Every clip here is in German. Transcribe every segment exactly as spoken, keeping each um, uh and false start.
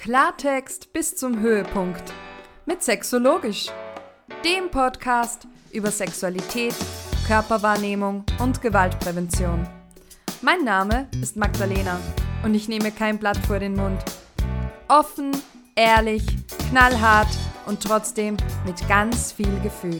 Klartext bis zum Höhepunkt mit Sexologisch, dem Podcast über Sexualität, Körperwahrnehmung und Gewaltprävention. Mein Name ist Magdalena und ich nehme kein Blatt vor den Mund. Offen, ehrlich, knallhart und trotzdem mit ganz viel Gefühl.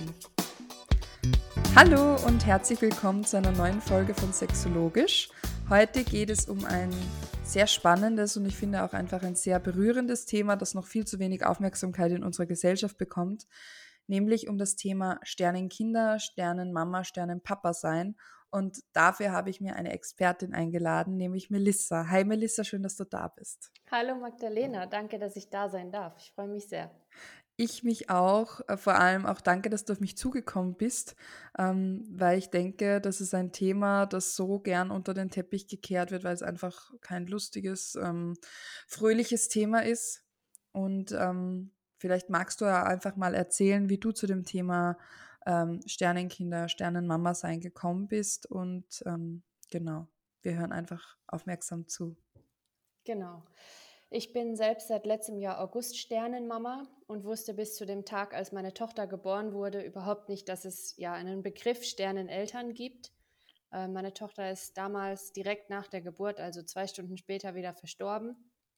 Hallo und herzlich willkommen zu einer neuen Folge von Sexologisch. Heute geht es um ein sehr spannendes und ich finde auch einfach ein sehr berührendes Thema, das noch viel zu wenig Aufmerksamkeit in unserer Gesellschaft bekommt, nämlich um das Thema Sternenkinder, Sternenmama, Sternenpapa sein. Und dafür habe ich mir eine Expertin eingeladen, nämlich Melissa. Hi Melissa, schön, dass du da bist. Hallo Magdalena, danke, dass ich da sein darf. Ich freue mich sehr. Ich mich auch, äh, vor allem auch danke, dass du auf mich zugekommen bist, ähm, weil ich denke, das ist ein Thema, das so gern unter den Teppich gekehrt wird, weil es einfach kein lustiges, ähm, fröhliches Thema ist. Und ähm, vielleicht magst du ja einfach mal erzählen, wie du zu dem Thema ähm, Sternenkinder, Sternenmama sein gekommen bist. Und ähm, genau, wir hören einfach aufmerksam zu. Genau. Ich bin selbst seit letztem Jahr August Sternenmama und wusste bis zu dem Tag, als meine Tochter geboren wurde, überhaupt nicht, dass es ja einen Begriff Sterneneltern gibt. Äh, meine Tochter ist damals direkt nach der Geburt, also zwei Stunden später, wieder verstorben.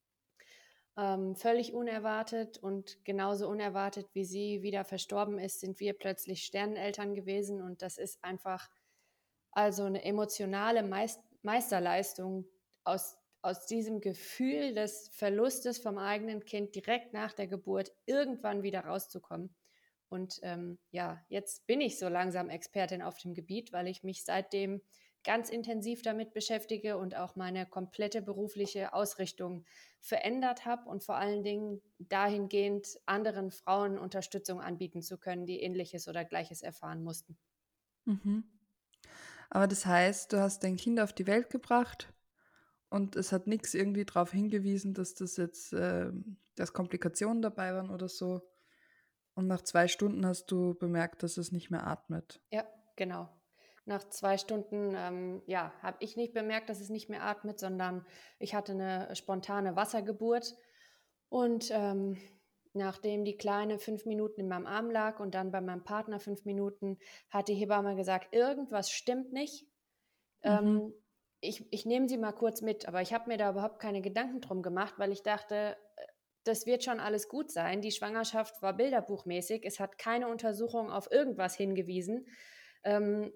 Ähm, völlig unerwartet und genauso unerwartet, wie sie wieder verstorben ist, sind wir plötzlich Sterneneltern gewesen und das ist einfach also eine emotionale Meist- Meisterleistung aus, aus diesem Gefühl des Verlustes vom eigenen Kind direkt nach der Geburt irgendwann wieder rauszukommen. Und ähm, ja, jetzt bin ich so langsam Expertin auf dem Gebiet, weil ich mich seitdem ganz intensiv damit beschäftige und auch meine komplette berufliche Ausrichtung verändert habe und vor allen Dingen dahingehend anderen Frauen Unterstützung anbieten zu können, die Ähnliches oder Gleiches erfahren mussten. Mhm. Aber das heißt, du hast dein Kind auf die Welt gebracht und es hat nichts irgendwie darauf hingewiesen, dass das jetzt, ähm, dass Komplikationen dabei waren oder so. Und nach zwei Stunden hast du bemerkt, dass es nicht mehr atmet. Ja, genau. Nach zwei Stunden ähm, ja, habe ich nicht bemerkt, dass es nicht mehr atmet, sondern ich hatte eine spontane Wassergeburt. Und ähm, nachdem die Kleine fünf Minuten in meinem Arm lag und dann bei meinem Partner fünf Minuten, hat die Hebamme gesagt, irgendwas stimmt nicht. Mhm. Ähm, ich, ich nehme sie mal kurz mit, aber ich habe mir da überhaupt keine Gedanken drum gemacht, weil ich dachte, äh, das wird schon alles gut sein. Die Schwangerschaft war bilderbuchmäßig. Es hat keine Untersuchung auf irgendwas hingewiesen. Ähm,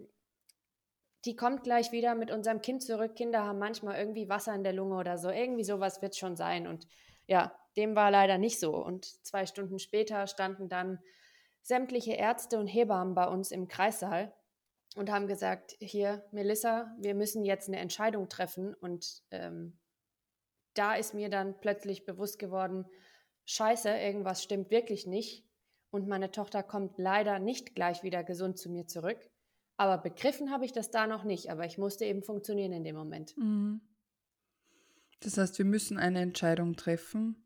die kommt gleich wieder mit unserem Kind zurück. Kinder haben manchmal irgendwie Wasser in der Lunge oder so. Irgendwie sowas wird schon sein. Und ja, dem war leider nicht so. Und zwei Stunden später standen dann sämtliche Ärzte und Hebammen bei uns im Kreissaal und haben gesagt, hier, Melissa, wir müssen jetzt eine Entscheidung treffen. Und ähm, da ist mir dann plötzlich bewusst geworden, scheiße, irgendwas stimmt wirklich nicht. Und meine Tochter kommt leider nicht gleich wieder gesund zu mir zurück. Aber begriffen habe ich das da noch nicht. Aber ich musste eben funktionieren in dem Moment. Mhm. Das heißt, wir müssen eine Entscheidung treffen.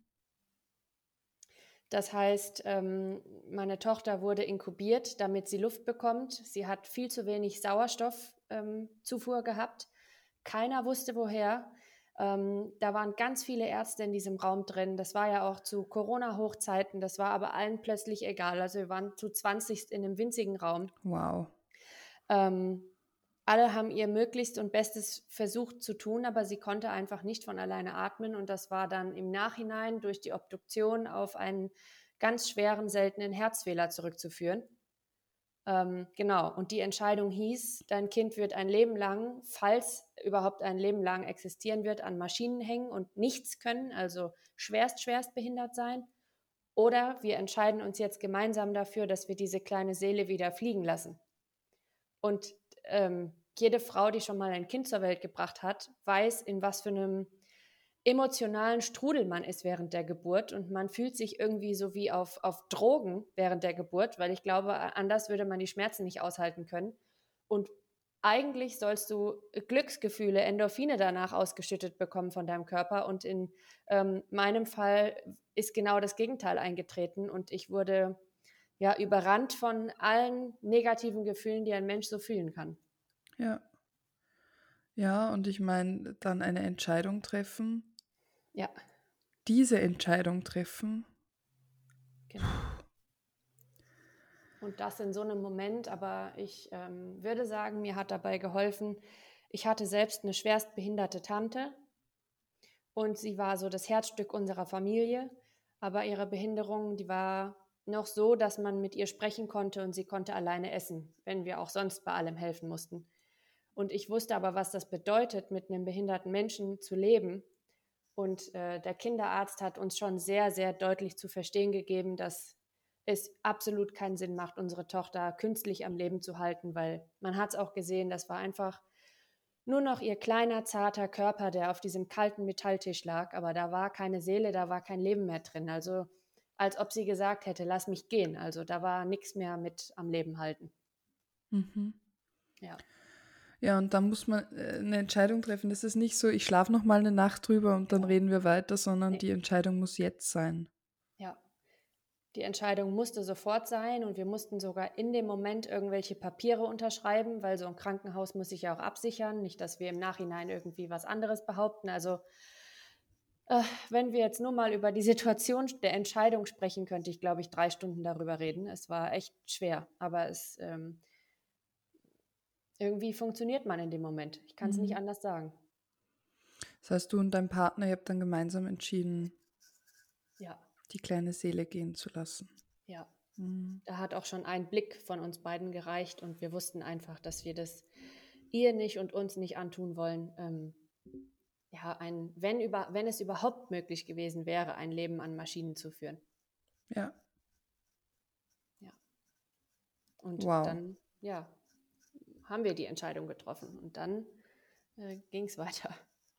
Das heißt, ähm, meine Tochter wurde inkubiert, damit sie Luft bekommt. Sie hat viel zu wenig Sauerstoffzufuhr ähm, gehabt. Keiner wusste woher. Ähm, da waren ganz viele Ärzte in diesem Raum drin. Das war ja auch zu Corona-Hochzeiten. Das war aber allen plötzlich egal. Also wir waren zu zwanzig in einem winzigen Raum. Wow. Ähm, alle haben ihr Möglichst und Bestes versucht zu tun, aber sie konnte einfach nicht von alleine atmen. Und das war dann im Nachhinein durch die Obduktion auf einen ganz schweren, seltenen Herzfehler zurückzuführen. Ähm, genau, und die Entscheidung hieß, dein Kind wird ein Leben lang, falls überhaupt ein Leben lang existieren wird, an Maschinen hängen und nichts können, also schwerst, schwerst behindert sein. Oder wir entscheiden uns jetzt gemeinsam dafür, dass wir diese kleine Seele wieder fliegen lassen. Und ähm, jede Frau, die schon mal ein Kind zur Welt gebracht hat, weiß, in was für einem emotionalen Strudel man ist während der Geburt. Und man fühlt sich irgendwie so wie auf, auf Drogen während der Geburt, weil ich glaube, anders würde man die Schmerzen nicht aushalten können. Und eigentlich sollst du Glücksgefühle, Endorphine danach ausgeschüttet bekommen von deinem Körper. Und in ähm, meinem Fall ist genau das Gegenteil eingetreten. Und ich wurde ja, überrannt von allen negativen Gefühlen, die ein Mensch so fühlen kann. Ja. Ja, und ich meine, dann eine Entscheidung treffen. Ja, diese Entscheidung treffen. Genau. Und das in so einem Moment, aber ich ähm, würde sagen, mir hat dabei geholfen, ich hatte selbst eine schwerst behinderte Tante und sie war so das Herzstück unserer Familie, aber ihre Behinderung, die war noch so, dass man mit ihr sprechen konnte und sie konnte alleine essen, wenn wir auch sonst bei allem helfen mussten. Und ich wusste aber, was das bedeutet, mit einem behinderten Menschen zu leben. Und äh, der Kinderarzt hat uns schon sehr, sehr deutlich zu verstehen gegeben, dass es absolut keinen Sinn macht, unsere Tochter künstlich am Leben zu halten, weil man hat es auch gesehen, das war einfach nur noch ihr kleiner, zarter Körper, der auf diesem kalten Metalltisch lag, aber da war keine Seele, da war kein Leben mehr drin. Also als ob sie gesagt hätte, lass mich gehen. Also da war nichts mehr mit am Leben halten. Mhm. Ja. Ja, und dann muss man äh, eine Entscheidung treffen. Das ist nicht so, ich schlafe noch mal eine Nacht drüber und dann Genau. reden wir weiter, sondern Nee. die Entscheidung muss jetzt sein. Ja. Die Entscheidung musste sofort sein und wir mussten sogar in dem Moment irgendwelche Papiere unterschreiben, weil so ein Krankenhaus muss sich ja auch absichern, nicht, dass wir im Nachhinein irgendwie was anderes behaupten. Also äh, wenn wir jetzt nur mal über die Situation der Entscheidung sprechen, könnte ich, glaube ich, drei Stunden darüber reden. Es war echt schwer, aber es ähm, irgendwie funktioniert man in dem Moment. Ich kann es nicht Mhm. anders sagen. Das heißt, du und dein Partner, ihr habt dann gemeinsam entschieden, Ja, die kleine Seele gehen zu lassen. ja. Mhm. Da hat auch schon ein Blick von uns beiden gereicht und wir wussten einfach, dass wir das ihr nicht und uns nicht antun wollen. Ähm, ja, ein, wenn, über, wenn es überhaupt möglich gewesen wäre, ein Leben an Maschinen zu führen. Ja, Ja. Und wow. dann, ja, haben wir die Entscheidung getroffen und dann äh, ging es weiter.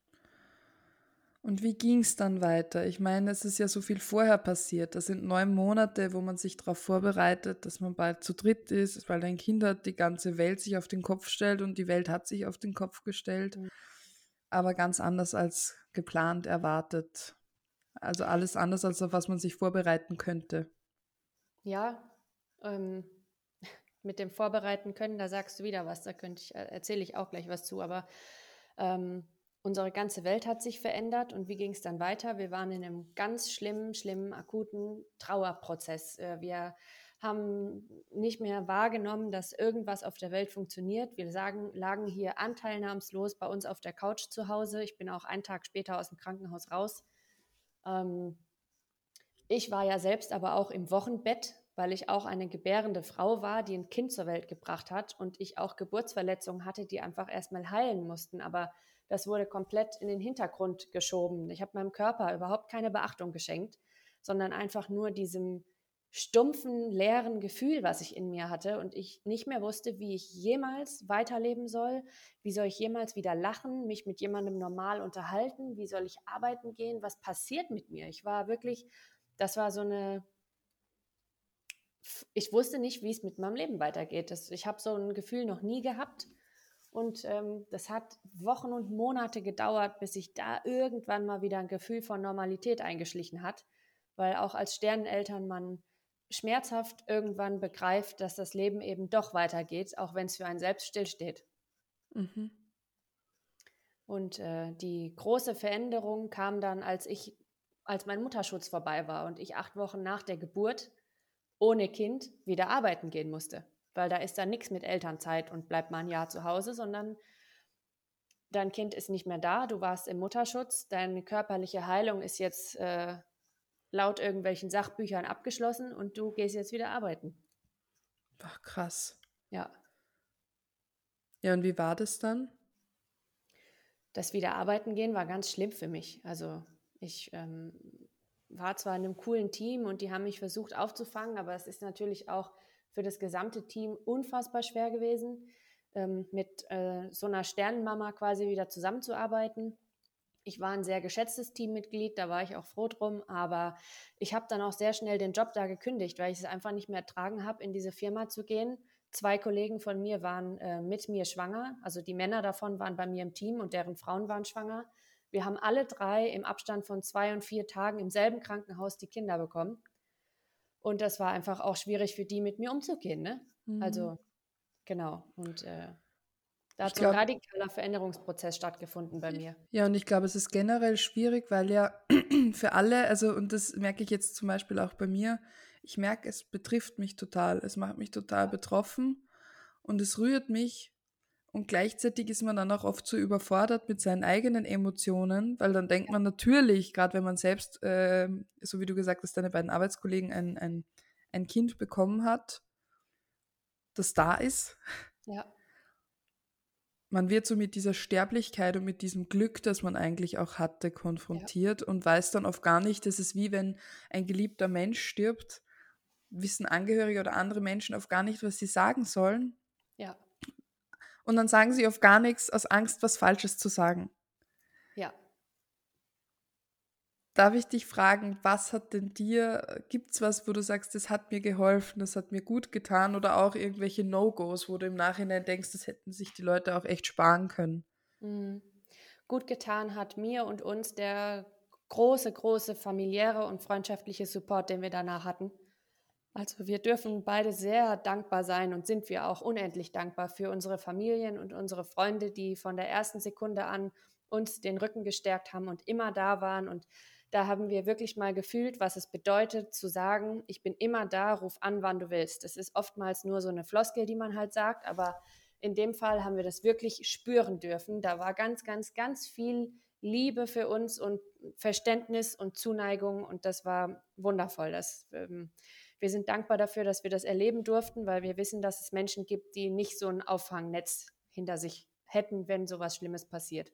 Und wie ging es dann weiter? Ich meine, es ist ja so viel vorher passiert. Das sind neun Monate, wo man sich darauf vorbereitet, dass man bald zu dritt ist, weil ein Kind hat, die ganze Welt sich auf den Kopf stellt und die Welt hat sich auf den Kopf gestellt, Mhm. aber ganz anders als geplant, erwartet. Also alles anders, als auf was man sich vorbereiten könnte. Ja, ähm, mit dem Vorbereiten können, da sagst du wieder was, da könnte ich, äh, erzähle ich auch gleich was zu, aber ähm, unsere ganze Welt hat sich verändert und wie ging es dann weiter? Wir waren in einem ganz schlimmen, schlimmen, akuten Trauerprozess. Äh, wir haben nicht mehr wahrgenommen, dass irgendwas auf der Welt funktioniert. Wir sagen, lagen hier anteilnahmslos bei uns auf der Couch zu Hause. Ich bin auch einen Tag später aus dem Krankenhaus raus. Ähm, Ich war ja selbst aber auch im Wochenbett, weil ich auch eine gebärende Frau war, die ein Kind zur Welt gebracht hat und ich auch Geburtsverletzungen hatte, die einfach erstmal heilen mussten. Aber das wurde komplett in den Hintergrund geschoben. Ich habe meinem Körper überhaupt keine Beachtung geschenkt, sondern einfach nur diesem stumpfen, leeren Gefühl, was ich in mir hatte und ich nicht mehr wusste, wie ich jemals weiterleben soll, wie soll ich jemals wieder lachen, mich mit jemandem normal unterhalten, wie soll ich arbeiten gehen, was passiert mit mir? Ich war wirklich, das war so eine, ich wusste nicht, wie es mit meinem Leben weitergeht. Das, ich habe so ein Gefühl noch nie gehabt. Und ähm, das hat Wochen und Monate gedauert, bis sich da irgendwann mal wieder ein Gefühl von Normalität eingeschlichen hat. Weil auch als Sterneneltern man schmerzhaft irgendwann begreift, dass das Leben eben doch weitergeht, auch wenn es für einen selbst stillsteht. Mhm. Und äh, die große Veränderung kam dann, als ich, als mein Mutterschutz vorbei war und ich acht Wochen nach der Geburt ohne Kind wieder arbeiten gehen musste. Weil da ist dann nichts mit Elternzeit und bleib mal ein Jahr zu Hause, sondern dein Kind ist nicht mehr da, du warst im Mutterschutz, deine körperliche Heilung ist jetzt äh, laut irgendwelchen Sachbüchern abgeschlossen und du gehst jetzt wieder arbeiten. Ach, krass. Ja, Ja, und wie war das dann? das Wiederarbeiten gehen war ganz schlimm für mich. Also ich ähm, war zwar in einem coolen Team und die haben mich versucht aufzufangen, aber es ist natürlich auch für das gesamte Team unfassbar schwer gewesen, ähm, mit äh, so einer Sternenmama quasi wieder zusammenzuarbeiten. Ich war ein sehr geschätztes Teammitglied, da war ich auch froh drum, aber ich habe dann auch sehr schnell den Job da gekündigt, weil ich es einfach nicht mehr ertragen habe, in diese Firma zu gehen. Zwei Kollegen von mir waren äh, mit mir schwanger, also die Männer davon waren bei mir im Team und deren Frauen waren schwanger. Wir haben alle drei im Abstand von zwei und vier Tagen im selben Krankenhaus die Kinder bekommen. Und das war einfach auch schwierig für die, mit mir umzugehen. Ne? Mhm. Also genau. Und äh, Da Ich hat so ein glaube, radikaler Veränderungsprozess stattgefunden bei mir. ja, und ich glaube, es ist generell schwierig, weil ja für alle, also, und das merke ich jetzt zum Beispiel auch bei mir, ich merke, es betrifft mich total, es macht mich total betroffen und es rührt mich und gleichzeitig ist man dann auch oft so überfordert mit seinen eigenen Emotionen, weil dann denkt man natürlich, gerade wenn man selbst, ähm, so wie du gesagt hast, deine beiden Arbeitskollegen ein, ein, ein Kind bekommen hat, das da ist, Ja, man wird so mit dieser Sterblichkeit und mit diesem Glück, das man eigentlich auch hatte, ja, konfrontiert und weiß dann oft gar nicht, dass es wie wenn ein geliebter Mensch stirbt, wissen Angehörige oder andere Menschen oft gar nicht, was sie sagen sollen. ja, Und dann sagen sie oft gar nichts aus Angst, was Falsches zu sagen. ja. Darf ich dich fragen, was hat denn dir, gibt es was, wo du sagst, das hat mir geholfen, das hat mir gut getan oder auch irgendwelche No-Gos, wo du im Nachhinein denkst, das hätten sich die Leute auch echt sparen können? Mhm. Gut getan hat mir und uns der große, große familiäre und freundschaftliche Support, den wir danach hatten. Also wir dürfen beide sehr dankbar sein und sind wir auch unendlich dankbar für unsere Familien und unsere Freunde, die von der ersten Sekunde an uns den Rücken gestärkt haben und immer da waren. Und da haben wir wirklich mal gefühlt, was es bedeutet, zu sagen, ich bin immer da, ruf an, wann du willst. Das ist oftmals nur so eine Floskel, die man halt sagt, aber in dem Fall haben wir das wirklich spüren dürfen. Da war ganz, ganz, ganz viel Liebe für uns und Verständnis und Zuneigung und das war wundervoll. Das ähm, wir sind dankbar dafür, dass wir das erleben durften, weil wir wissen, dass es Menschen gibt, die nicht so ein Auffangnetz hinter sich hätten, wenn sowas Schlimmes passiert.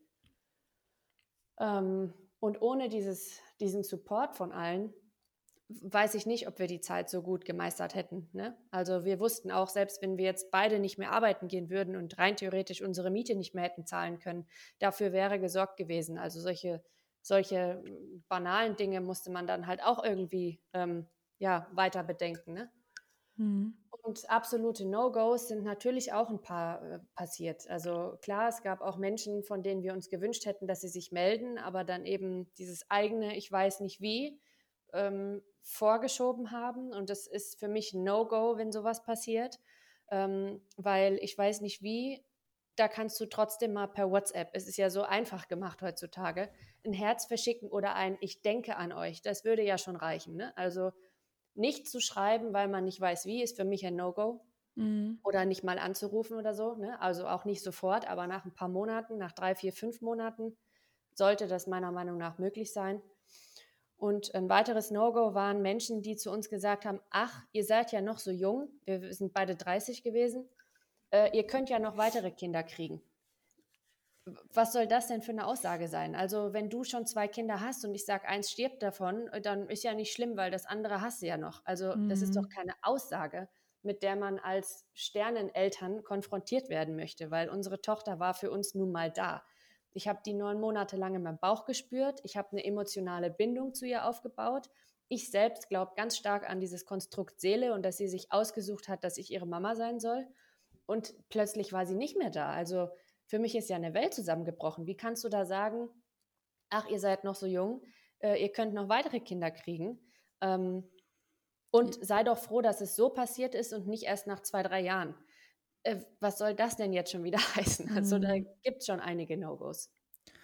Ähm, und ohne dieses, diesen Support von allen, weiß ich nicht, ob wir die Zeit so gut gemeistert hätten. Ne? Also wir wussten auch, selbst wenn wir jetzt beide nicht mehr arbeiten gehen würden und rein theoretisch unsere Miete nicht mehr hätten zahlen können, dafür wäre gesorgt gewesen. Also solche, solche banalen Dinge musste man dann halt auch irgendwie ähm, ja, weiter bedenken. Ne? Mhm. Und absolute No-Gos sind natürlich auch ein paar äh, passiert. Also klar, es gab auch Menschen, von denen wir uns gewünscht hätten, dass sie sich melden, aber dann eben dieses eigene, ich weiß nicht wie, ähm, vorgeschoben haben. Und das ist für mich ein No-Go, wenn sowas passiert, ähm, weil ich weiß nicht wie, da kannst du trotzdem mal per WhatsApp, es ist ja so einfach gemacht heutzutage, ein Herz verschicken oder ein Ich denke an euch. Das würde ja schon reichen. Ne? Also nicht zu schreiben, weil man nicht weiß wie, ist für mich ein No-Go. Mhm. Oder nicht mal anzurufen oder so. Ne? Also auch nicht sofort, aber nach ein paar Monaten, nach drei, vier, fünf Monaten sollte das meiner Meinung nach möglich sein. Und ein weiteres No-Go waren Menschen, die zu uns gesagt haben, ach, ihr seid ja noch so jung, wir sind beide dreißig gewesen, äh, ihr könnt ja noch weitere Kinder kriegen. Was soll das denn für eine Aussage sein? Also wenn du schon zwei Kinder hast und ich sage, eins stirbt davon, dann ist ja nicht schlimm, weil das andere hast du ja noch. Also das ist doch Mhm. keine Aussage, mit der man als Sterneneltern konfrontiert werden möchte, weil unsere Tochter war für uns nun mal da. Ich habe die neun Monate lang in meinem Bauch gespürt. Ich habe eine emotionale Bindung zu ihr aufgebaut. Ich selbst glaube ganz stark an dieses Konstrukt Seele und dass sie sich ausgesucht hat, dass ich ihre Mama sein soll. Und plötzlich war sie nicht mehr da. Also für mich ist ja eine Welt zusammengebrochen. Wie kannst du da sagen, ach, ihr seid noch so jung, äh, ihr könnt noch weitere Kinder kriegen? Ähm, und sei doch froh, dass es so passiert ist und nicht erst nach zwei, drei Jahren. Äh, was soll das denn jetzt schon wieder heißen? Also da Mhm. gibt es schon einige No-Gos.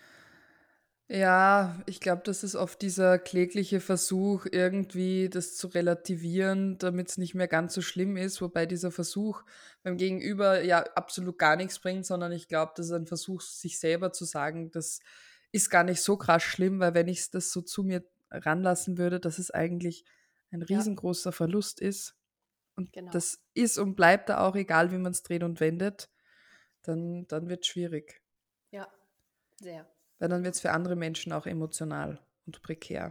Ja, ich glaube, das ist oft dieser klägliche Versuch, irgendwie das zu relativieren, damit es nicht mehr ganz so schlimm ist, wobei dieser Versuch beim Gegenüber ja absolut gar nichts bringt, sondern ich glaube, das ist ein Versuch, sich selber zu sagen, das ist gar nicht so krass schlimm, weil wenn ich das so zu mir ranlassen würde, dass es eigentlich ein Ja, riesengroßer Verlust ist und genau. das ist und bleibt da auch, egal wie man es dreht und wendet, dann, dann wird es schwierig. Ja, sehr. Weil dann wird es für andere Menschen auch emotional und prekär.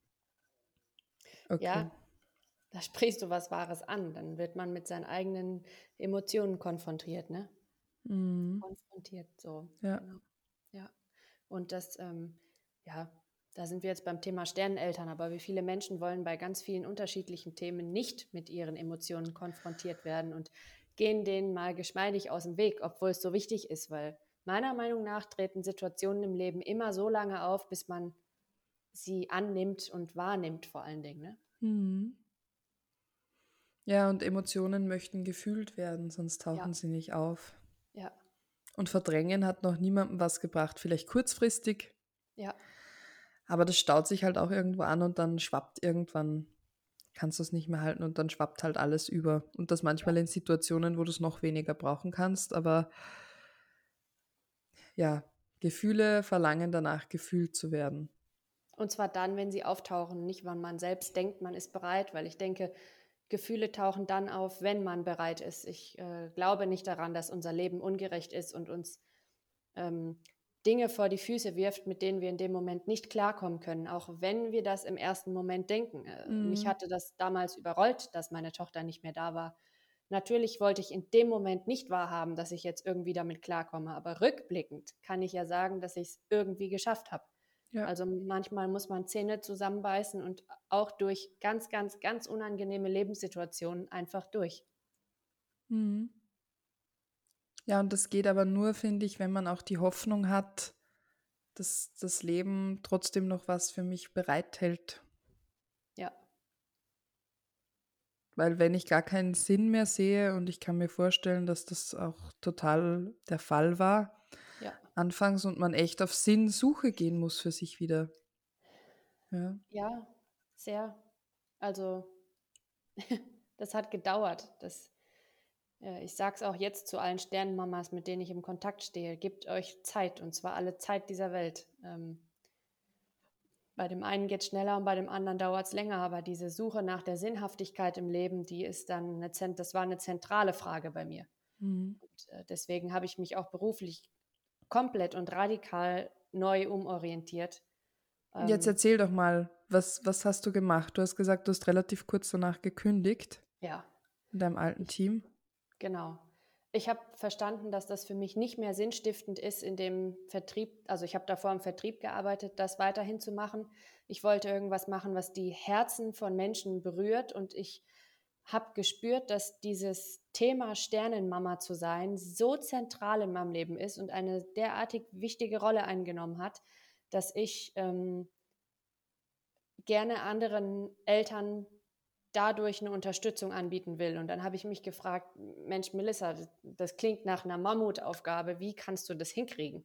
Okay. Ja, da sprichst du was Wahres an. Dann wird man mit seinen eigenen Emotionen konfrontiert, ne? Mhm. Konfrontiert, so, Ja. genau. Ja. Und das, ähm, ja, da sind wir jetzt beim Thema Sterneneltern, aber wie viele Menschen wollen bei ganz vielen unterschiedlichen Themen nicht mit ihren Emotionen konfrontiert werden und gehen denen mal geschmeidig aus dem Weg, obwohl es so wichtig ist, weil meiner Meinung nach treten Situationen im Leben immer so lange auf, bis man sie annimmt und wahrnimmt vor allen Dingen. Ne? Mhm. Ja, und Emotionen möchten gefühlt werden, sonst Ja, tauchen sie nicht auf. ja, Und verdrängen hat noch niemandem was gebracht, vielleicht kurzfristig, Ja, aber das staut sich halt auch irgendwo an und dann schwappt irgendwann, kannst du es nicht mehr halten und dann schwappt halt alles über. Und das ja. manchmal in Situationen, wo du es noch weniger brauchen kannst, aber ja, Gefühle verlangen danach, gefühlt zu werden. Und zwar dann, wenn sie auftauchen, nicht wann man selbst denkt, man ist bereit, weil ich denke, Gefühle tauchen dann auf, wenn man bereit ist. Ich äh, glaube nicht daran, dass unser Leben ungerecht ist und uns ähm, Dinge vor die Füße wirft, mit denen wir in dem Moment nicht klarkommen können, auch wenn wir das im ersten Moment denken. Äh, mich Mhm. hatte das damals überrollt, dass meine Tochter nicht mehr da war. Natürlich wollte ich in dem Moment nicht wahrhaben, dass ich jetzt irgendwie damit klarkomme, aber rückblickend kann ich ja sagen, dass ich es irgendwie geschafft habe. Ja. Also manchmal muss man Zähne zusammenbeißen und auch durch ganz, ganz, ganz unangenehme Lebenssituationen einfach durch. Mhm. Ja, und das geht aber nur, finde ich, wenn man auch die Hoffnung hat, dass das Leben trotzdem noch was für mich bereithält. Ja, Weil wenn ich gar keinen Sinn mehr sehe und ich kann mir vorstellen, dass das auch total der Fall war, ja, anfangs und man echt auf Sinnsuche gehen muss für sich wieder. Ja. ja, sehr. Also das hat gedauert. Das, äh, ich sage es auch jetzt zu allen Sternenmamas, mit denen ich im Kontakt stehe, gebt euch Zeit und zwar alle Zeit dieser Welt. Ähm, bei dem einen geht es schneller und bei dem anderen dauert es länger, aber diese Suche nach der Sinnhaftigkeit im Leben, die ist dann eine, Zent- das war eine zentrale Frage bei mir. Mhm. Und äh, deswegen habe ich mich auch beruflich komplett und radikal neu umorientiert. Jetzt Ähm, erzähl doch mal, was, was hast du gemacht? Du hast gesagt, du hast relativ kurz danach gekündigt ja, in deinem alten ich, Team. genau. Ich habe verstanden, dass das für mich nicht mehr sinnstiftend ist, in dem Vertrieb, also ich habe davor im Vertrieb gearbeitet, das weiterhin zu machen. Ich wollte irgendwas machen, was die Herzen von Menschen berührt und ich habe gespürt, dass dieses Thema Sternenmama zu sein so zentral in meinem Leben ist und eine derartig wichtige Rolle eingenommen hat, dass ich ähm, gerne anderen Eltern dadurch eine Unterstützung anbieten will. Und dann habe ich mich gefragt, Mensch, Melissa, das, das klingt nach einer Mammutaufgabe, wie kannst du das hinkriegen?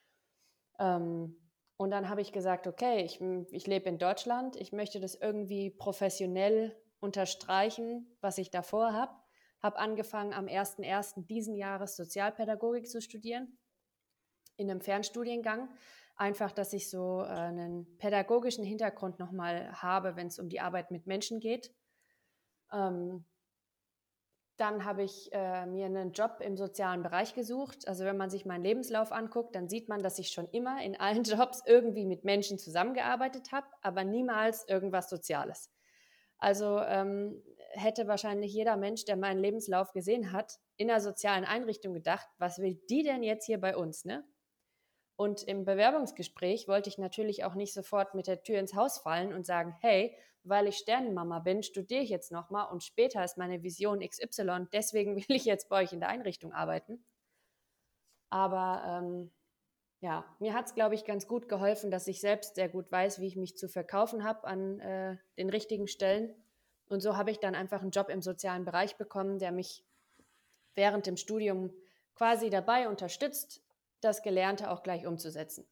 Ähm, und dann habe ich gesagt, okay, ich, ich lebe in Deutschland, ich möchte das irgendwie professionell unterstreichen, was ich davor habe. Habe angefangen, am ersten ersten diesen Jahres Sozialpädagogik zu studieren, in einem Fernstudiengang. Einfach, dass ich so äh, einen pädagogischen Hintergrund nochmal habe, wenn es um die Arbeit mit Menschen geht. Ähm, Dann habe ich äh, mir einen Job im sozialen Bereich gesucht. Also wenn man sich meinen Lebenslauf anguckt, dann sieht man, dass ich schon immer in allen Jobs irgendwie mit Menschen zusammengearbeitet habe, aber niemals irgendwas Soziales. Also ähm, hätte wahrscheinlich jeder Mensch, der meinen Lebenslauf gesehen hat, in einer sozialen Einrichtung gedacht, was will die denn jetzt hier bei uns, ne? Und im Bewerbungsgespräch wollte ich natürlich auch nicht sofort mit der Tür ins Haus fallen und sagen, hey, weil ich Sternenmama bin, studiere ich jetzt nochmal und später ist meine Vision X Y, deswegen will ich jetzt bei euch in der Einrichtung arbeiten. Aber ähm, ja, mir hat es, glaube ich, ganz gut geholfen, dass ich selbst sehr gut weiß, wie ich mich zu verkaufen habe an äh, den richtigen Stellen. Und so habe ich dann einfach einen Job im sozialen Bereich bekommen, der mich während dem Studium quasi dabei unterstützt, das Gelernte auch gleich umzusetzen.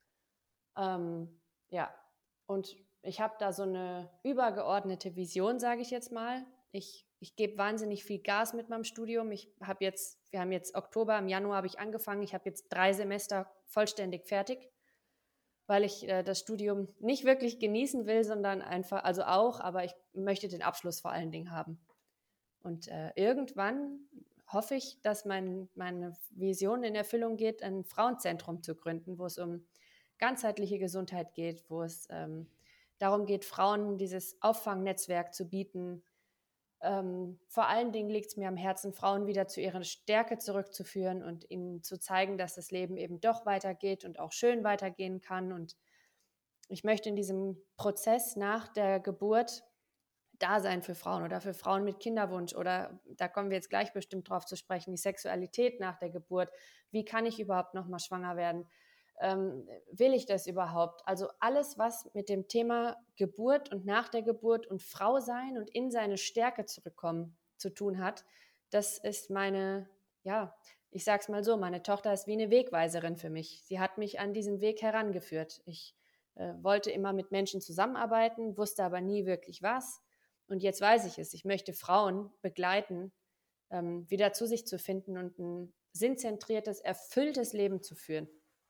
Ähm, ja, und ich habe da so eine übergeordnete Vision, sage ich jetzt mal. Ich, ich gebe wahnsinnig viel Gas mit meinem Studium. Ich habe jetzt, wir haben jetzt Oktober, im Januar habe ich angefangen. Ich habe jetzt drei Semester vollständig fertig, weil ich äh, das Studium nicht wirklich genießen will, sondern einfach, also auch, aber ich möchte den Abschluss vor allen Dingen haben. Und äh, irgendwann hoffe ich, dass mein, meine Vision in Erfüllung geht, ein Frauenzentrum zu gründen, wo es um ganzheitliche Gesundheit geht, wo es ähm, darum geht, Frauen dieses Auffangnetzwerk zu bieten. Ähm, vor allen Dingen liegt es mir am Herzen, Frauen wieder zu ihrer Stärke zurückzuführen und ihnen zu zeigen, dass das Leben eben doch weitergeht und auch schön weitergehen kann. Und ich möchte in diesem Prozess nach der Geburt da sein für Frauen oder für Frauen mit Kinderwunsch oder da kommen wir jetzt gleich bestimmt drauf zu sprechen, die Sexualität nach der Geburt. Wie kann ich überhaupt nochmal schwanger werden? Ähm, will ich das überhaupt? Also alles, was mit dem Thema Geburt und nach der Geburt und Frau sein und in seine Stärke zurückkommen zu tun hat, das ist meine, ja, ich sage es mal so, meine Tochter ist wie eine Wegweiserin für mich. Sie hat mich an diesen Weg herangeführt. Ich äh, wollte immer mit Menschen zusammenarbeiten, wusste aber nie wirklich was. Und jetzt weiß ich es. Ich möchte Frauen begleiten, ähm, wieder zu sich zu finden und ein sinnzentriertes, erfülltes Leben zu führen.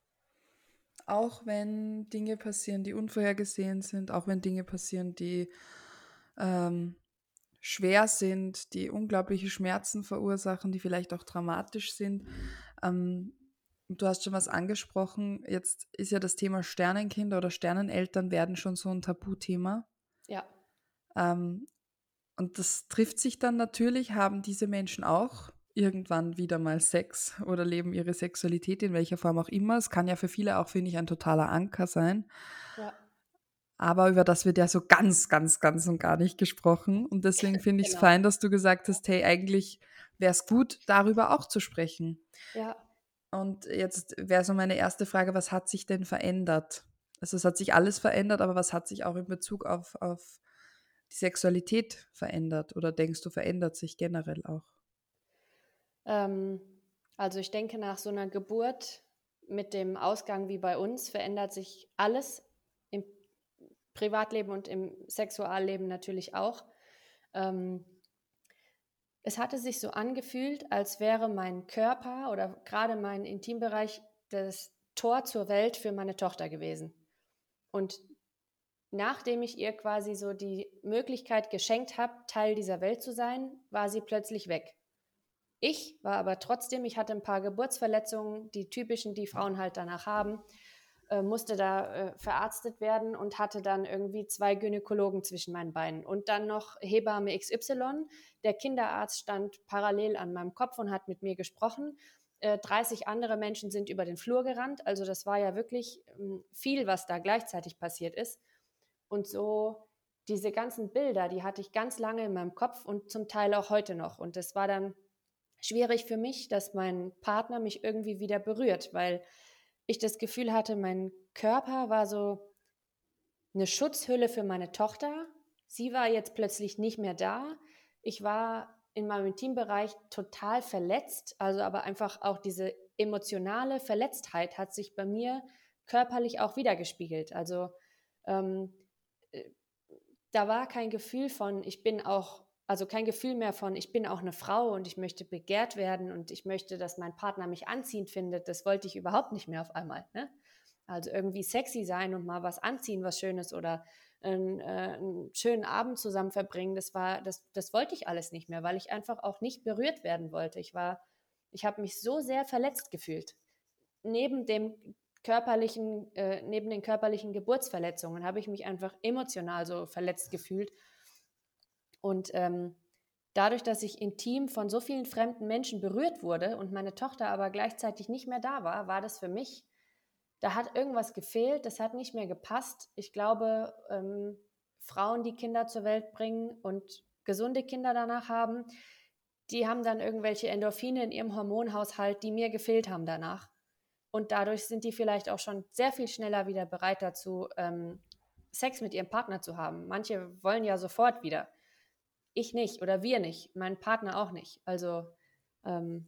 Auch wenn Dinge passieren, die unvorhergesehen sind, auch wenn Dinge passieren, die ähm, schwer sind, die unglaubliche Schmerzen verursachen, die vielleicht auch dramatisch sind. Ähm, du hast schon was angesprochen. Jetzt ist ja das Thema Sternenkinder oder Sterneneltern werden schon so ein Tabuthema. Ja. Ähm, und das trifft sich dann natürlich, haben diese Menschen auch irgendwann wieder mal Sex oder leben ihre Sexualität in welcher Form auch immer. Es kann ja für viele auch, finde ich, ein totaler Anker sein. Ja, Aber über das wird ja so ganz, ganz, ganz und gar nicht gesprochen. Und deswegen finde ich es genau. fein, dass du gesagt hast, hey, eigentlich wäre es gut, darüber auch zu sprechen. Ja. Und jetzt wäre so meine erste Frage, was hat sich denn verändert? Also es hat sich alles verändert, aber was hat sich auch in Bezug auf, auf die Sexualität verändert? Oder denkst du, verändert sich generell auch? Ähm, also ich denke, nach so einer Geburt mit dem Ausgang wie bei uns verändert sich alles im Privatleben und im Sexualleben natürlich auch. Ähm, es hatte sich so angefühlt, als wäre mein Körper oder gerade mein Intimbereich das Tor zur Welt für meine Tochter gewesen. Und nachdem ich ihr quasi so die Möglichkeit geschenkt habe, Teil dieser Welt zu sein, war sie plötzlich weg. Ich war aber trotzdem, ich hatte ein paar Geburtsverletzungen, die typischen, die Frauen halt danach haben, äh, musste da äh, verarztet werden und hatte dann irgendwie zwei Gynäkologen zwischen meinen Beinen und dann noch Hebamme X Y. Der Kinderarzt stand parallel an meinem Kopf und hat mit mir gesprochen. Äh, dreißig andere Menschen sind über den Flur gerannt. Also das war ja wirklich ähm, viel, was da gleichzeitig passiert ist. Und so diese ganzen Bilder, die hatte ich ganz lange in meinem Kopf und zum Teil auch heute noch. Und das war dann schwierig für mich, dass mein Partner mich irgendwie wieder berührt, weil ich das Gefühl hatte, mein Körper war so eine Schutzhülle für meine Tochter. Sie war jetzt plötzlich nicht mehr da. Ich war in meinem Intimbereich total verletzt, also aber einfach auch diese emotionale Verletztheit hat sich bei mir körperlich auch wiedergespiegelt. Also ähm, äh, da war kein Gefühl von, ich bin auch, also kein Gefühl mehr von, ich bin auch eine Frau und ich möchte begehrt werden und ich möchte, dass mein Partner mich anziehend findet. Das wollte ich überhaupt nicht mehr auf einmal. Ne? Also irgendwie sexy sein und mal was anziehen, was Schönes oder einen, äh, einen schönen Abend zusammen verbringen, das war, das, das wollte ich alles nicht mehr, weil ich einfach auch nicht berührt werden wollte. Ich war, ich habe mich so sehr verletzt gefühlt. Neben dem körperlichen, äh, neben den körperlichen Geburtsverletzungen habe ich mich einfach emotional so verletzt gefühlt. Und ähm, dadurch, dass ich intim von so vielen fremden Menschen berührt wurde und meine Tochter aber gleichzeitig nicht mehr da war, war das für mich, da hat irgendwas gefehlt, das hat nicht mehr gepasst. Ich glaube, ähm, Frauen, die Kinder zur Welt bringen und gesunde Kinder danach haben, die haben dann irgendwelche Endorphine in ihrem Hormonhaushalt, die mir gefehlt haben danach. Und dadurch sind die vielleicht auch schon sehr viel schneller wieder bereit dazu, ähm, Sex mit ihrem Partner zu haben. Manche wollen ja sofort wieder. Ich nicht oder wir nicht, mein Partner auch nicht. Also ähm,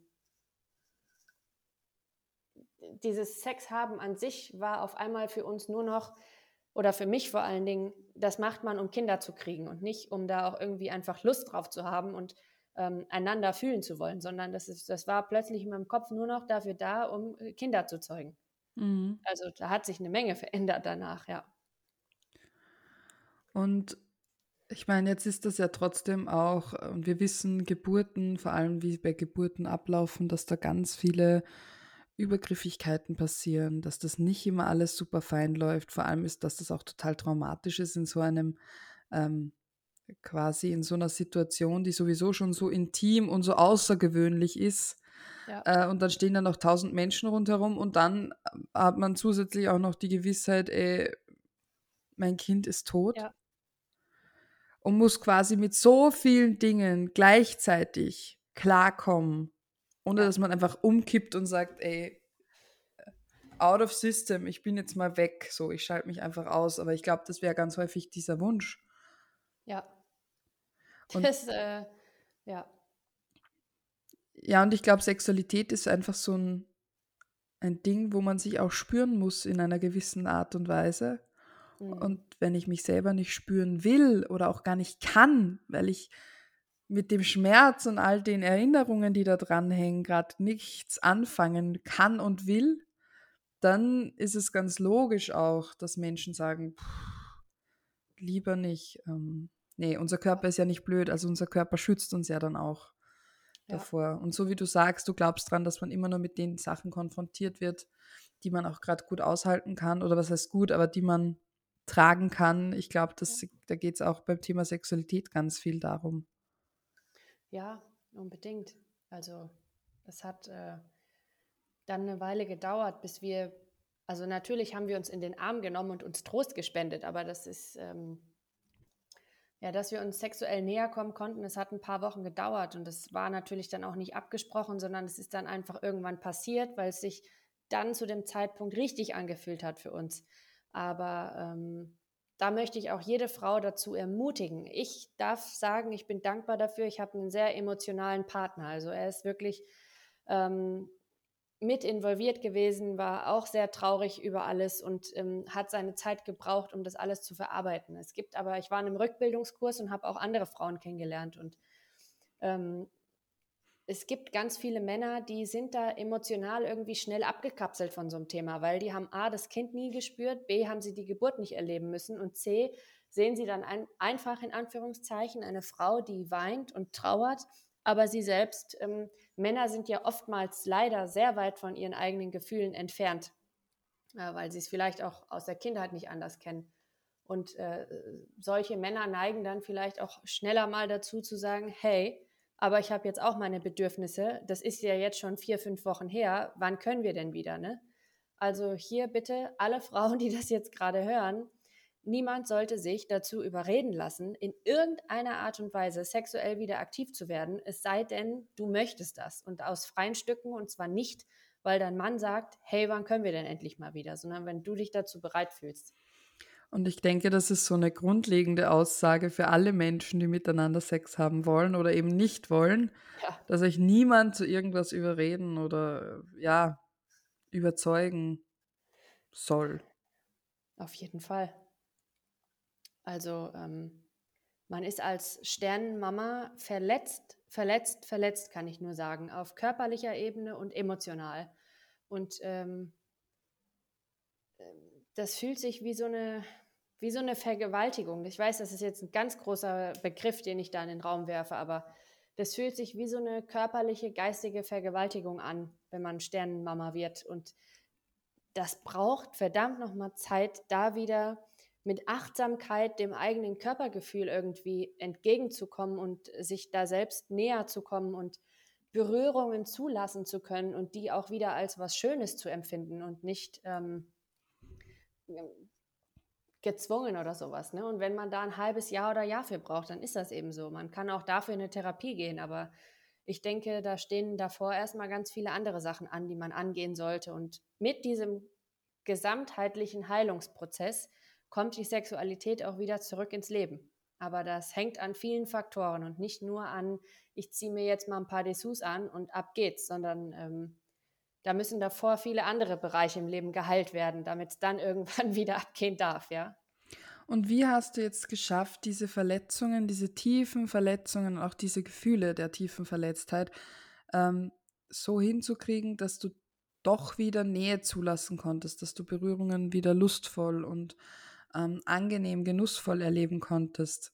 dieses Sex haben an sich war auf einmal für uns nur noch, oder für mich vor allen Dingen, das macht man, um Kinder zu kriegen und nicht, um da auch irgendwie einfach Lust drauf zu haben und ähm, einander fühlen zu wollen, sondern das, ist, das war plötzlich in meinem Kopf nur noch dafür da, um äh, Kinder zu zeugen. Mhm. Also da hat sich eine Menge verändert danach, ja. Und ich meine, jetzt ist das ja trotzdem auch, und wir wissen Geburten, vor allem wie bei Geburten ablaufen, dass da ganz viele Übergriffigkeiten passieren, dass das nicht immer alles super fein läuft. Vor allem ist, dass das auch total traumatisch ist in so einem, ähm, quasi in so einer Situation, die sowieso schon so intim und so außergewöhnlich ist. Ja, Äh, und dann stehen da noch tausend Menschen rundherum und dann äh, hat man zusätzlich auch noch die Gewissheit, ey, mein Kind ist tot ja, und muss quasi mit so vielen Dingen gleichzeitig klarkommen, ohne ja, dass man einfach umkippt und sagt, ey, out of system, ich bin jetzt mal weg, so, ich schalte mich einfach aus. Aber ich glaube, das wäre ganz häufig dieser Wunsch. ja. Und Das, äh, ja, Ja, und ich glaube, Sexualität ist einfach so ein, ein Ding, wo man sich auch spüren muss in einer gewissen Art und Weise. Mhm. Und wenn ich mich selber nicht spüren will oder auch gar nicht kann, weil ich mit dem Schmerz und all den Erinnerungen, die da dranhängen, gerade nichts anfangen kann und will, dann ist es ganz logisch auch, dass Menschen sagen, "Puh, lieber nicht." Ähm, nee, unser Ja, Körper ist ja nicht blöd, also unser Körper schützt uns ja dann auch ja, davor. Und so wie du sagst, du glaubst dran, dass man immer nur mit den Sachen konfrontiert wird, die man auch gerade gut aushalten kann, oder was heißt gut, aber die man tragen kann. Ich glaube, ja. da geht es auch beim Thema Sexualität ganz viel darum. Ja, unbedingt. Also es hat äh, dann eine Weile gedauert, bis wir, also natürlich haben wir uns in den Arm genommen und uns Trost gespendet, aber das ist, ähm, ja, dass wir uns sexuell näher kommen konnten, das hat ein paar Wochen gedauert und das war natürlich dann auch nicht abgesprochen, sondern es ist dann einfach irgendwann passiert, weil es sich dann zu dem Zeitpunkt richtig angefühlt hat für uns. Aber ähm, da möchte ich auch jede Frau dazu ermutigen. Ich darf sagen, ich bin dankbar dafür. Ich habe einen sehr emotionalen Partner. Also er ist wirklich ähm, mit involviert gewesen, war auch sehr traurig über alles und ähm, hat seine Zeit gebraucht, um das alles zu verarbeiten. Es gibt aber, ich war in einem Rückbildungskurs und habe auch andere Frauen kennengelernt und ähm, es gibt ganz viele Männer, die sind da emotional irgendwie schnell abgekapselt von so einem Thema, weil die haben A, das Kind nie gespürt, B, haben sie die Geburt nicht erleben müssen und C, sehen sie dann ein, einfach in Anführungszeichen eine Frau, die weint und trauert, aber sie selbst, ähm, Männer sind ja oftmals leider sehr weit von ihren eigenen Gefühlen entfernt, äh, weil sie es vielleicht auch aus der Kindheit nicht anders kennen. Und äh, solche Männer neigen dann vielleicht auch schneller mal dazu zu sagen, hey, aber ich habe jetzt auch meine Bedürfnisse, das ist ja jetzt schon vier, fünf Wochen her, wann können wir denn wieder, ne? Also hier bitte alle Frauen, die das jetzt gerade hören, niemand sollte sich dazu überreden lassen, in irgendeiner Art und Weise sexuell wieder aktiv zu werden, es sei denn, du möchtest das und aus freien Stücken und zwar nicht, weil dein Mann sagt, hey, wann können wir denn endlich mal wieder, sondern wenn du dich dazu bereit fühlst. Und ich denke, das ist so eine grundlegende Aussage für alle Menschen, die miteinander Sex haben wollen oder eben nicht wollen, Ja, dass euch niemand zu irgendwas überreden oder ja, überzeugen soll. auf jeden Fall. Also ähm, man ist als Sternenmama verletzt, verletzt, verletzt, kann ich nur sagen, auf körperlicher Ebene und emotional. Und ähm, das fühlt sich wie so eine, wie so eine Vergewaltigung. Ich weiß, das ist jetzt ein ganz großer Begriff, den ich da in den Raum werfe, aber das fühlt sich wie so eine körperliche, geistige Vergewaltigung an, wenn man Sternenmama wird. Und das braucht verdammt nochmal Zeit, da wieder mit Achtsamkeit dem eigenen Körpergefühl irgendwie entgegenzukommen und sich da selbst näher zu kommen und Berührungen zulassen zu können und die auch wieder als was Schönes zu empfinden und nicht ähm, gezwungen oder sowas. Ne? Und wenn man da ein halbes Jahr oder Jahr für braucht, dann ist das eben so. Man kann auch dafür in eine Therapie gehen, aber ich denke, da stehen davor erstmal ganz viele andere Sachen an, die man angehen sollte. Und mit diesem gesamtheitlichen Heilungsprozess kommt die Sexualität auch wieder zurück ins Leben. Aber das hängt an vielen Faktoren und nicht nur an, ich ziehe mir jetzt mal ein paar Dessous an und ab geht's, sondern ähm, da müssen davor viele andere Bereiche im Leben geheilt werden, damit es dann irgendwann wieder abgehen darf, ja. Und wie hast du jetzt geschafft, diese Verletzungen, diese tiefen Verletzungen, auch diese Gefühle der tiefen Verletztheit ähm, so hinzukriegen, dass du doch wieder Nähe zulassen konntest, dass du Berührungen wieder lustvoll und ähm, angenehm, genussvoll erleben konntest?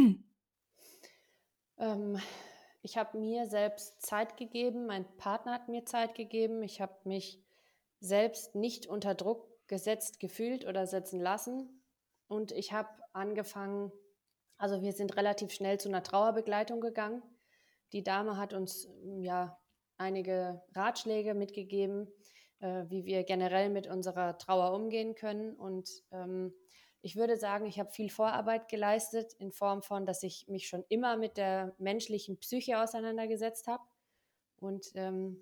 Ähm, ich habe mir selbst Zeit gegeben, mein Partner hat mir Zeit gegeben, ich habe mich selbst nicht unter Druck gesetzt gefühlt oder setzen lassen und ich habe angefangen, also wir sind relativ schnell zu einer Trauerbegleitung gegangen. Die Dame hat uns ja einige Ratschläge mitgegeben, äh, wie wir generell mit unserer Trauer umgehen können und ähm, ich würde sagen, ich habe viel Vorarbeit geleistet in Form von, dass ich mich schon immer mit der menschlichen Psyche auseinandergesetzt habe und ähm,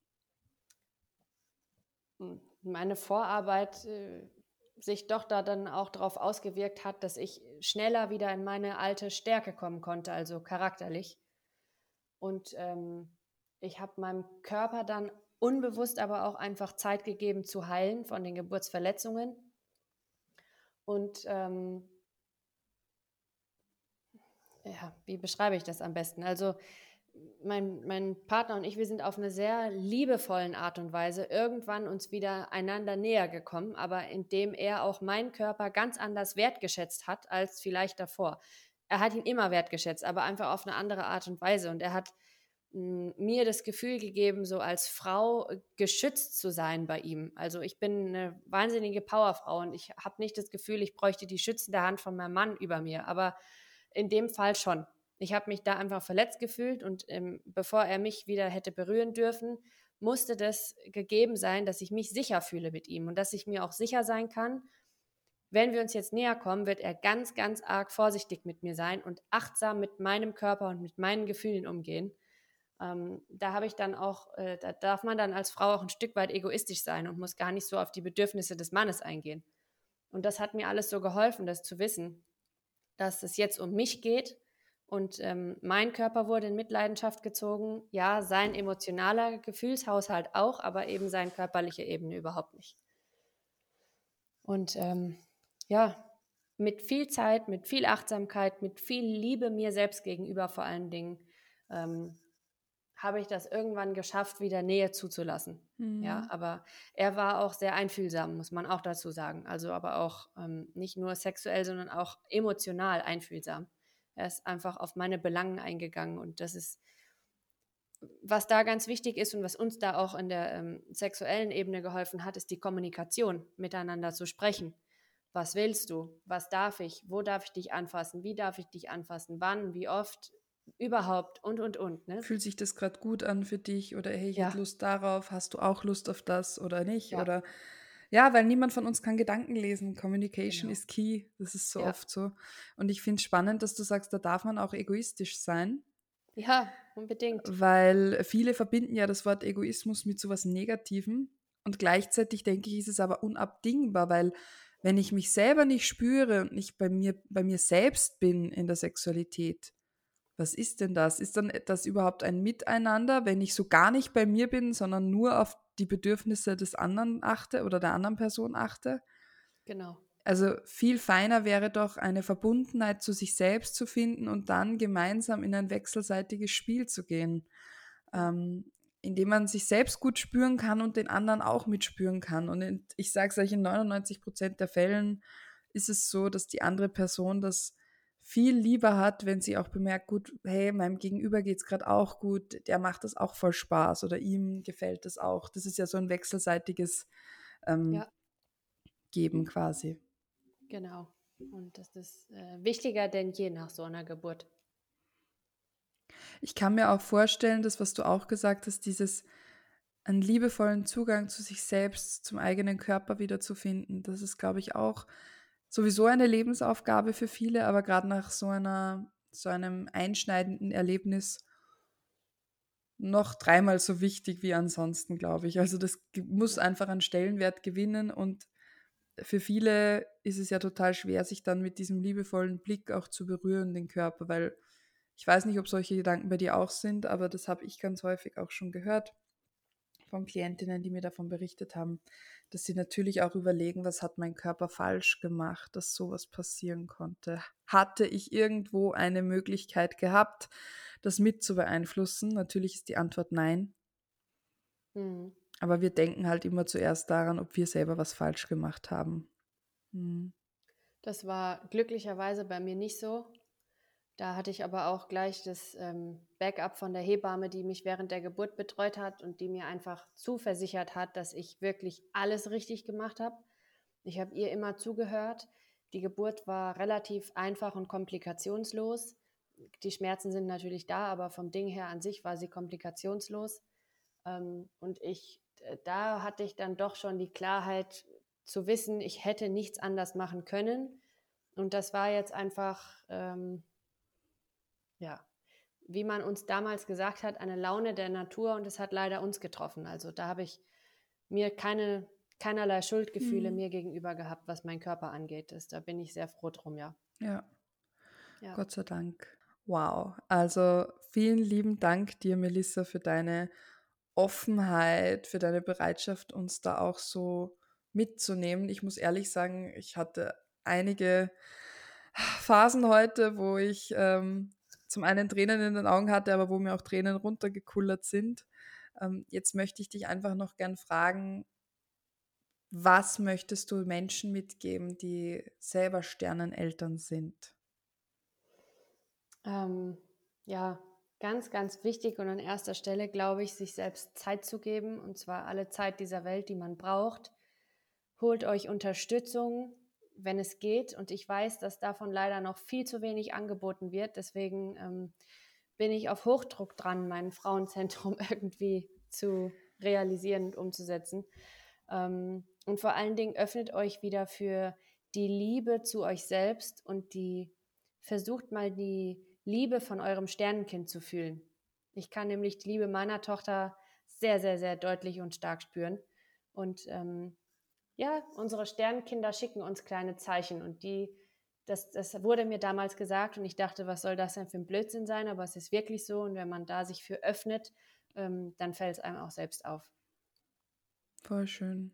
meine Vorarbeit äh, sich doch da dann auch darauf ausgewirkt hat, dass ich schneller wieder in meine alte Stärke kommen konnte, also charakterlich. Und ähm, ich habe meinem Körper dann unbewusst aber auch einfach Zeit gegeben zu heilen von den Geburtsverletzungen. Und ähm, ja, wie beschreibe ich das am besten? Also mein, mein Partner und ich, wir sind auf eine sehr liebevollen Art und Weise irgendwann uns wieder einander näher gekommen, aber indem er auch meinen Körper ganz anders wertgeschätzt hat als vielleicht davor. Er hat ihn immer wertgeschätzt, aber einfach auf eine andere Art und Weise. Und er hat mh, mir das Gefühl gegeben, so als Frau äh, geschützt zu sein bei ihm. Also ich bin eine wahnsinnige Powerfrau und ich habe nicht das Gefühl, ich bräuchte die schützende Hand von meinem Mann über mir, aber in dem Fall schon. Ich habe mich da einfach verletzt gefühlt und ähm, bevor er mich wieder hätte berühren dürfen, musste das gegeben sein, dass ich mich sicher fühle mit ihm und dass ich mir auch sicher sein kann, wenn wir uns jetzt näher kommen, wird er ganz, ganz arg vorsichtig mit mir sein und achtsam mit meinem Körper und mit meinen Gefühlen umgehen. Ähm, da habe ich dann auch, äh, da darf man dann als Frau auch ein Stück weit egoistisch sein und muss gar nicht so auf die Bedürfnisse des Mannes eingehen. Und das hat mir alles so geholfen, das zu wissen, dass es jetzt um mich geht und ähm, mein Körper wurde in Mitleidenschaft gezogen. Ja, sein emotionaler Gefühlshaushalt auch, aber eben seine körperliche Ebene überhaupt nicht. Und ähm, ja, mit viel Zeit, mit viel Achtsamkeit, mit viel Liebe mir selbst gegenüber vor allen Dingen, ähm, habe ich das irgendwann geschafft, wieder Nähe zuzulassen. Ja, Mhm. aber er war auch sehr einfühlsam, muss man auch dazu sagen. Also aber auch ähm, nicht nur sexuell, sondern auch emotional einfühlsam. Er ist einfach auf meine Belangen eingegangen und das ist, was da ganz wichtig ist und was uns da auch in der ähm, sexuellen Ebene geholfen hat, ist die Kommunikation, miteinander zu sprechen. Was willst du? Was darf ich? Wo darf ich dich anfassen? Wie darf ich dich anfassen? Wann? Wie oft? Überhaupt und, und, und. Ne? Fühlt sich das gerade gut an für dich oder hey, ich hätte Ja, Lust darauf, hast du auch Lust auf das oder nicht? ja, Oder ja, weil niemand von uns kann Gedanken lesen. Communication genau. is key. Das ist so Ja, oft so. Und ich finde es spannend, dass du sagst, da darf man auch egoistisch sein, ja, unbedingt. weil viele verbinden ja das Wort Egoismus mit sowas Negativem. Und gleichzeitig denke ich, ist es aber unabdingbar, weil wenn ich mich selber nicht spüre und nicht bei mir, bei mir selbst bin in der Sexualität, was ist denn das? Ist dann das überhaupt ein Miteinander, wenn ich so gar nicht bei mir bin, sondern nur auf die Bedürfnisse des anderen achte oder der anderen Person achte? Genau. Also viel feiner wäre doch eine Verbundenheit zu sich selbst zu finden und dann gemeinsam in ein wechselseitiges Spiel zu gehen, Ja, ähm, indem man sich selbst gut spüren kann und den anderen auch mitspüren kann. Und in, ich sage es euch, in neunundneunzig Prozent der Fällen ist es so, dass die andere Person das viel lieber hat, wenn sie auch bemerkt, gut, hey, meinem Gegenüber geht es gerade auch gut, der macht das auch voll Spaß oder ihm gefällt das auch. Das ist ja so ein wechselseitiges ähm, ja, Geben quasi. genau. Und das ist äh, wichtiger denn je nach so einer Geburt. Ich kann mir auch vorstellen, das, was du auch gesagt hast, dieses einen liebevollen Zugang zu sich selbst, zum eigenen Körper wiederzufinden. Das ist, glaube ich, auch sowieso eine Lebensaufgabe für viele, aber gerade nach so einer, so einem einschneidenden Erlebnis noch dreimal so wichtig wie ansonsten, glaube ich. Also das ge- muss Ja, einfach einen Stellenwert gewinnen und für viele ist es ja total schwer, sich dann mit diesem liebevollen Blick auch zu berühren, den Körper, weil ich weiß nicht, ob solche Gedanken bei dir auch sind, aber das habe ich ganz häufig auch schon gehört von Klientinnen, die mir davon berichtet haben, dass sie natürlich auch überlegen, was hat mein Körper falsch gemacht, dass sowas passieren konnte. Hatte ich irgendwo eine Möglichkeit gehabt, das mit zu beeinflussen? Natürlich ist die Antwort nein. mhm. Aber wir denken halt immer zuerst daran, ob wir selber was falsch gemacht haben. Hm. Das war glücklicherweise bei mir nicht so. Da hatte ich aber auch gleich das ähm, Backup von der Hebamme, die mich während der Geburt betreut hat und die mir einfach zuversichert hat, dass ich wirklich alles richtig gemacht habe. Ich habe ihr immer zugehört. Die Geburt war relativ einfach und komplikationslos. Die Schmerzen sind natürlich da, aber vom Ding her an sich war sie komplikationslos. Ähm, und ich, äh, da hatte ich dann doch schon die Klarheit zu wissen, ich hätte nichts anders machen können. Und das war jetzt einfach, ähm, ja, wie man uns damals gesagt hat, eine Laune der Natur und es hat leider uns getroffen. Also da habe ich mir keine, keinerlei Schuldgefühle Hm. mir gegenüber gehabt, was meinen Körper angeht. Das, da bin ich sehr froh drum, ja. Ja, Ja, Gott sei Dank. Wow, also vielen lieben Dank dir, Melissa, für deine Offenheit, für deine Bereitschaft, uns da auch so mitzunehmen. Ich muss ehrlich sagen, ich hatte einige Phasen heute, wo ich ähm, zum einen Tränen in den Augen hatte, aber wo mir auch Tränen runtergekullert sind. Ähm, jetzt möchte ich dich einfach noch gern fragen, was möchtest du Menschen mitgeben, die selber Sterneneltern sind? Ähm, ja, ganz, ganz wichtig und an erster Stelle, glaube ich, sich selbst Zeit zu geben, und zwar alle Zeit dieser Welt, die man braucht. Holt euch Unterstützung, wenn es geht. Und ich weiß, dass davon leider noch viel zu wenig angeboten wird. Deswegen ähm, bin ich auf Hochdruck dran, mein Frauenzentrum irgendwie zu realisieren und umzusetzen. Ähm, und vor allen Dingen öffnet euch wieder für die Liebe zu euch selbst und die versucht mal die Liebe von eurem Sternenkind zu fühlen. Ich kann nämlich die Liebe meiner Tochter sehr, sehr, sehr deutlich und stark spüren. Und ähm, ja, unsere Sternenkinder schicken uns kleine Zeichen und die, das, das wurde mir damals gesagt und ich dachte, was soll das denn für ein Blödsinn sein, aber es ist wirklich so und wenn man da sich für öffnet, ähm, dann fällt es einem auch selbst auf. Voll schön.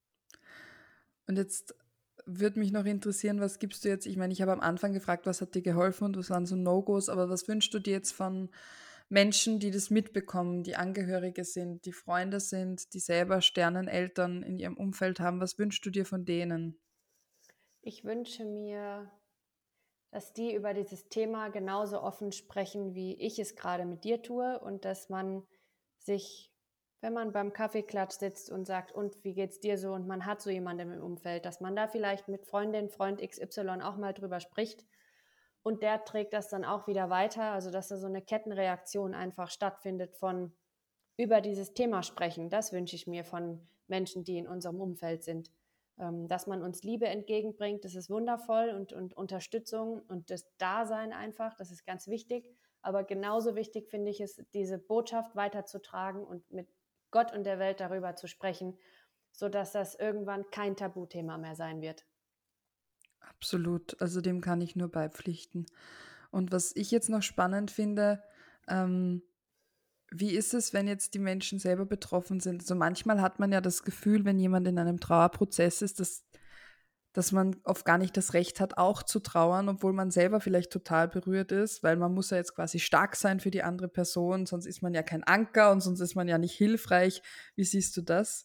Und jetzt würde mich noch interessieren, was gibst du jetzt? Ich meine, ich habe am Anfang gefragt, was hat dir geholfen und was waren so No-Gos, aber was wünschst du dir jetzt von Menschen, die das mitbekommen, die Angehörige sind, die Freunde sind, die selber Sterneneltern in ihrem Umfeld haben? Was wünschst du dir von denen? Ich wünsche mir, dass die über dieses Thema genauso offen sprechen, wie ich es gerade mit dir tue und dass man sich, wenn man beim Kaffeeklatsch sitzt und sagt, und wie geht's dir so und man hat so jemanden im Umfeld, dass man da vielleicht mit Freundin, Freund X Y auch mal drüber spricht und der trägt das dann auch wieder weiter, also dass da so eine Kettenreaktion einfach stattfindet von über dieses Thema sprechen. Das wünsche ich mir von Menschen, die in unserem Umfeld sind. Ähm, dass man uns Liebe entgegenbringt, das ist wundervoll und, und Unterstützung und das Dasein einfach, das ist ganz wichtig. Aber genauso wichtig finde ich es, diese Botschaft weiterzutragen und mit Gott und der Welt darüber zu sprechen, sodass das irgendwann kein Tabuthema mehr sein wird. Absolut, also dem kann ich nur beipflichten. Und was ich jetzt noch spannend finde, ähm, wie ist es, wenn jetzt die Menschen selber betroffen sind? Also manchmal hat man ja das Gefühl, wenn jemand in einem Trauerprozess ist, dass, dass man oft gar nicht das Recht hat, auch zu trauern, obwohl man selber vielleicht total berührt ist, weil man muss ja jetzt quasi stark sein für die andere Person, sonst ist man ja kein Anker und sonst ist man ja nicht hilfreich. Wie siehst du das?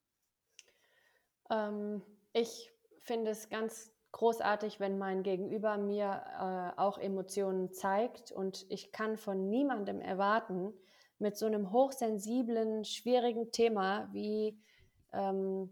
Ähm, ich finde es ganz großartig, wenn mein Gegenüber mir äh, auch Emotionen zeigt und ich kann von niemandem erwarten, mit so einem hochsensiblen, schwierigen Thema wie, ähm,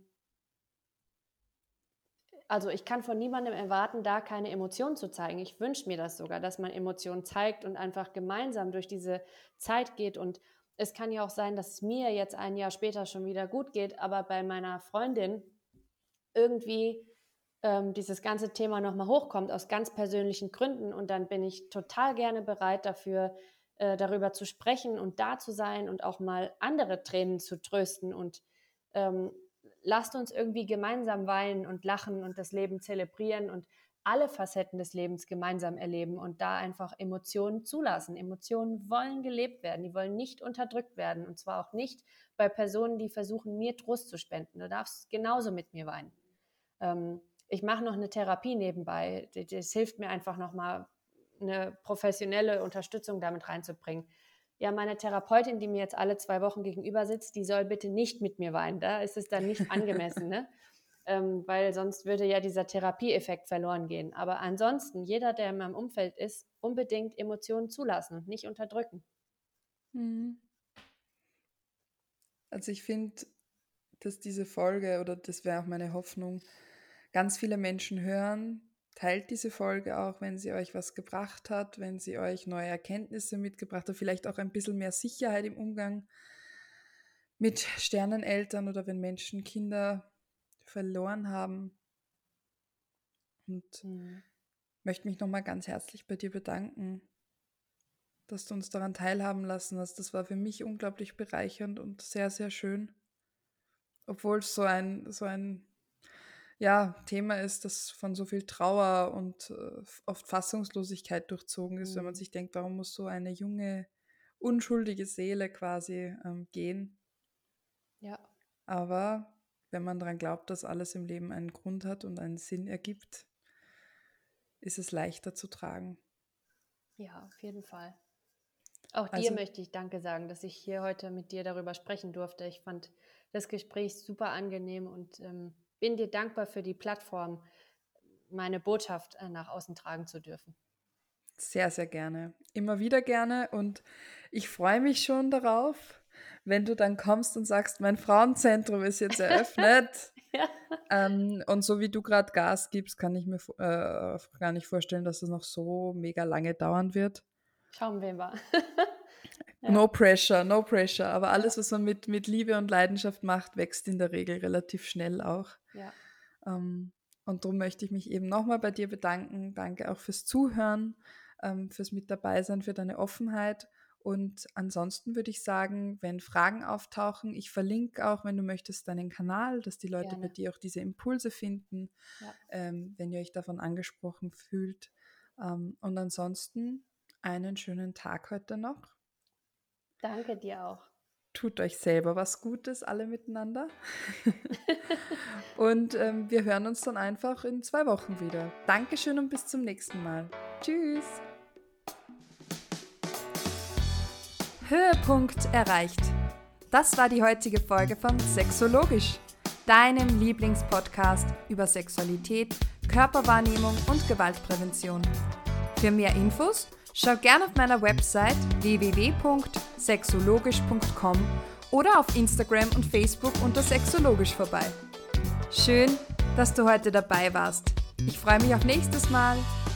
also ich kann von niemandem erwarten, da keine Emotionen zu zeigen. Ich wünsche mir das sogar, dass man Emotionen zeigt und einfach gemeinsam durch diese Zeit geht. Und es kann ja auch sein, dass es mir jetzt ein Jahr später schon wieder gut geht, aber bei meiner Freundin irgendwie ähm, dieses ganze Thema nochmal hochkommt aus ganz persönlichen Gründen und dann bin ich total gerne bereit dafür, äh, darüber zu sprechen und da zu sein und auch mal andere Tränen zu trösten und ähm, lasst uns irgendwie gemeinsam weinen und lachen und das Leben zelebrieren und alle Facetten des Lebens gemeinsam erleben und da einfach Emotionen zulassen. Emotionen wollen gelebt werden, die wollen nicht unterdrückt werden und zwar auch nicht bei Personen, die versuchen, mir Trost zu spenden. Du darfst genauso mit mir weinen. Ähm, ich mache noch eine Therapie nebenbei. Das, das hilft mir einfach nochmal eine professionelle Unterstützung damit reinzubringen. Ja, meine Therapeutin, die mir jetzt alle zwei Wochen gegenüber sitzt, die soll bitte nicht mit mir weinen. Da ist es dann nicht angemessen, ne? Ähm, weil sonst würde ja dieser Therapieeffekt verloren gehen. Aber ansonsten, jeder, der in meinem Umfeld ist, unbedingt Emotionen zulassen und nicht unterdrücken. Mhm. Also ich finde, dass diese Folge, oder das wäre auch meine Hoffnung, ganz viele Menschen hören. Teilt diese Folge auch, wenn sie euch was gebracht hat, wenn sie euch neue Erkenntnisse mitgebracht hat, vielleicht auch ein bisschen mehr Sicherheit im Umgang mit Sterneneltern oder wenn Menschen Kinder verloren haben. Und Mhm. möchte mich nochmal ganz herzlich bei dir bedanken, dass du uns daran teilhaben lassen hast. Das war für mich unglaublich bereichernd und sehr, sehr schön. Obwohl es so ein, so ein ja, Thema ist, das von so viel Trauer und äh, oft Fassungslosigkeit durchzogen ist, wenn man Mhm. sich denkt, warum muss so eine junge, unschuldige Seele quasi ähm, gehen. Ja, Aber wenn man daran glaubt, dass alles im Leben einen Grund hat und einen Sinn ergibt, ist es leichter zu tragen. ja, auf jeden Fall. Auch dir Also möchte ich Danke sagen, dass ich hier heute mit dir darüber sprechen durfte. Ich fand das Gespräch super angenehm und ähm, bin dir dankbar für die Plattform, meine Botschaft äh, nach außen tragen zu dürfen. sehr, sehr gerne. Immer wieder gerne. Und ich freue mich schon darauf, wenn du dann kommst und sagst, mein Frauenzentrum ist jetzt eröffnet. Ja. Ähm, und so wie du gerade Gas gibst, kann ich mir äh, gar nicht vorstellen, dass es noch so mega lange dauern wird. Schauen wir mal. Ja. No pressure, no pressure. Aber alles, Ja. was man mit, mit Liebe und Leidenschaft macht, wächst in der Regel relativ schnell auch. Ja. Ähm, und darum möchte ich mich eben nochmal bei dir bedanken. Danke auch fürs Zuhören, ähm, fürs Mit dabei sein, für deine Offenheit. Und ansonsten würde ich sagen, wenn Fragen auftauchen, ich verlinke auch, wenn du möchtest, deinen Kanal, dass die Leute Gerne. bei dir auch diese Impulse finden, Ja. ähm, wenn ihr euch davon angesprochen fühlt. Ähm, und ansonsten einen schönen Tag heute noch. Danke dir auch. Tut euch selber was Gutes, alle miteinander. Und ähm, wir hören uns dann einfach in zwei Wochen wieder. Dankeschön und bis zum nächsten Mal. Tschüss. Höhepunkt erreicht. Das war die heutige Folge von Sexologisch, deinem Lieblingspodcast über Sexualität, Körperwahrnehmung und Gewaltprävention. Für mehr Infos schau gerne auf meiner Website w w w punkt sexologisch punkt com oder auf Instagram und Facebook unter Sexologisch vorbei. Schön, dass du heute dabei warst. Ich freue mich auf nächstes Mal.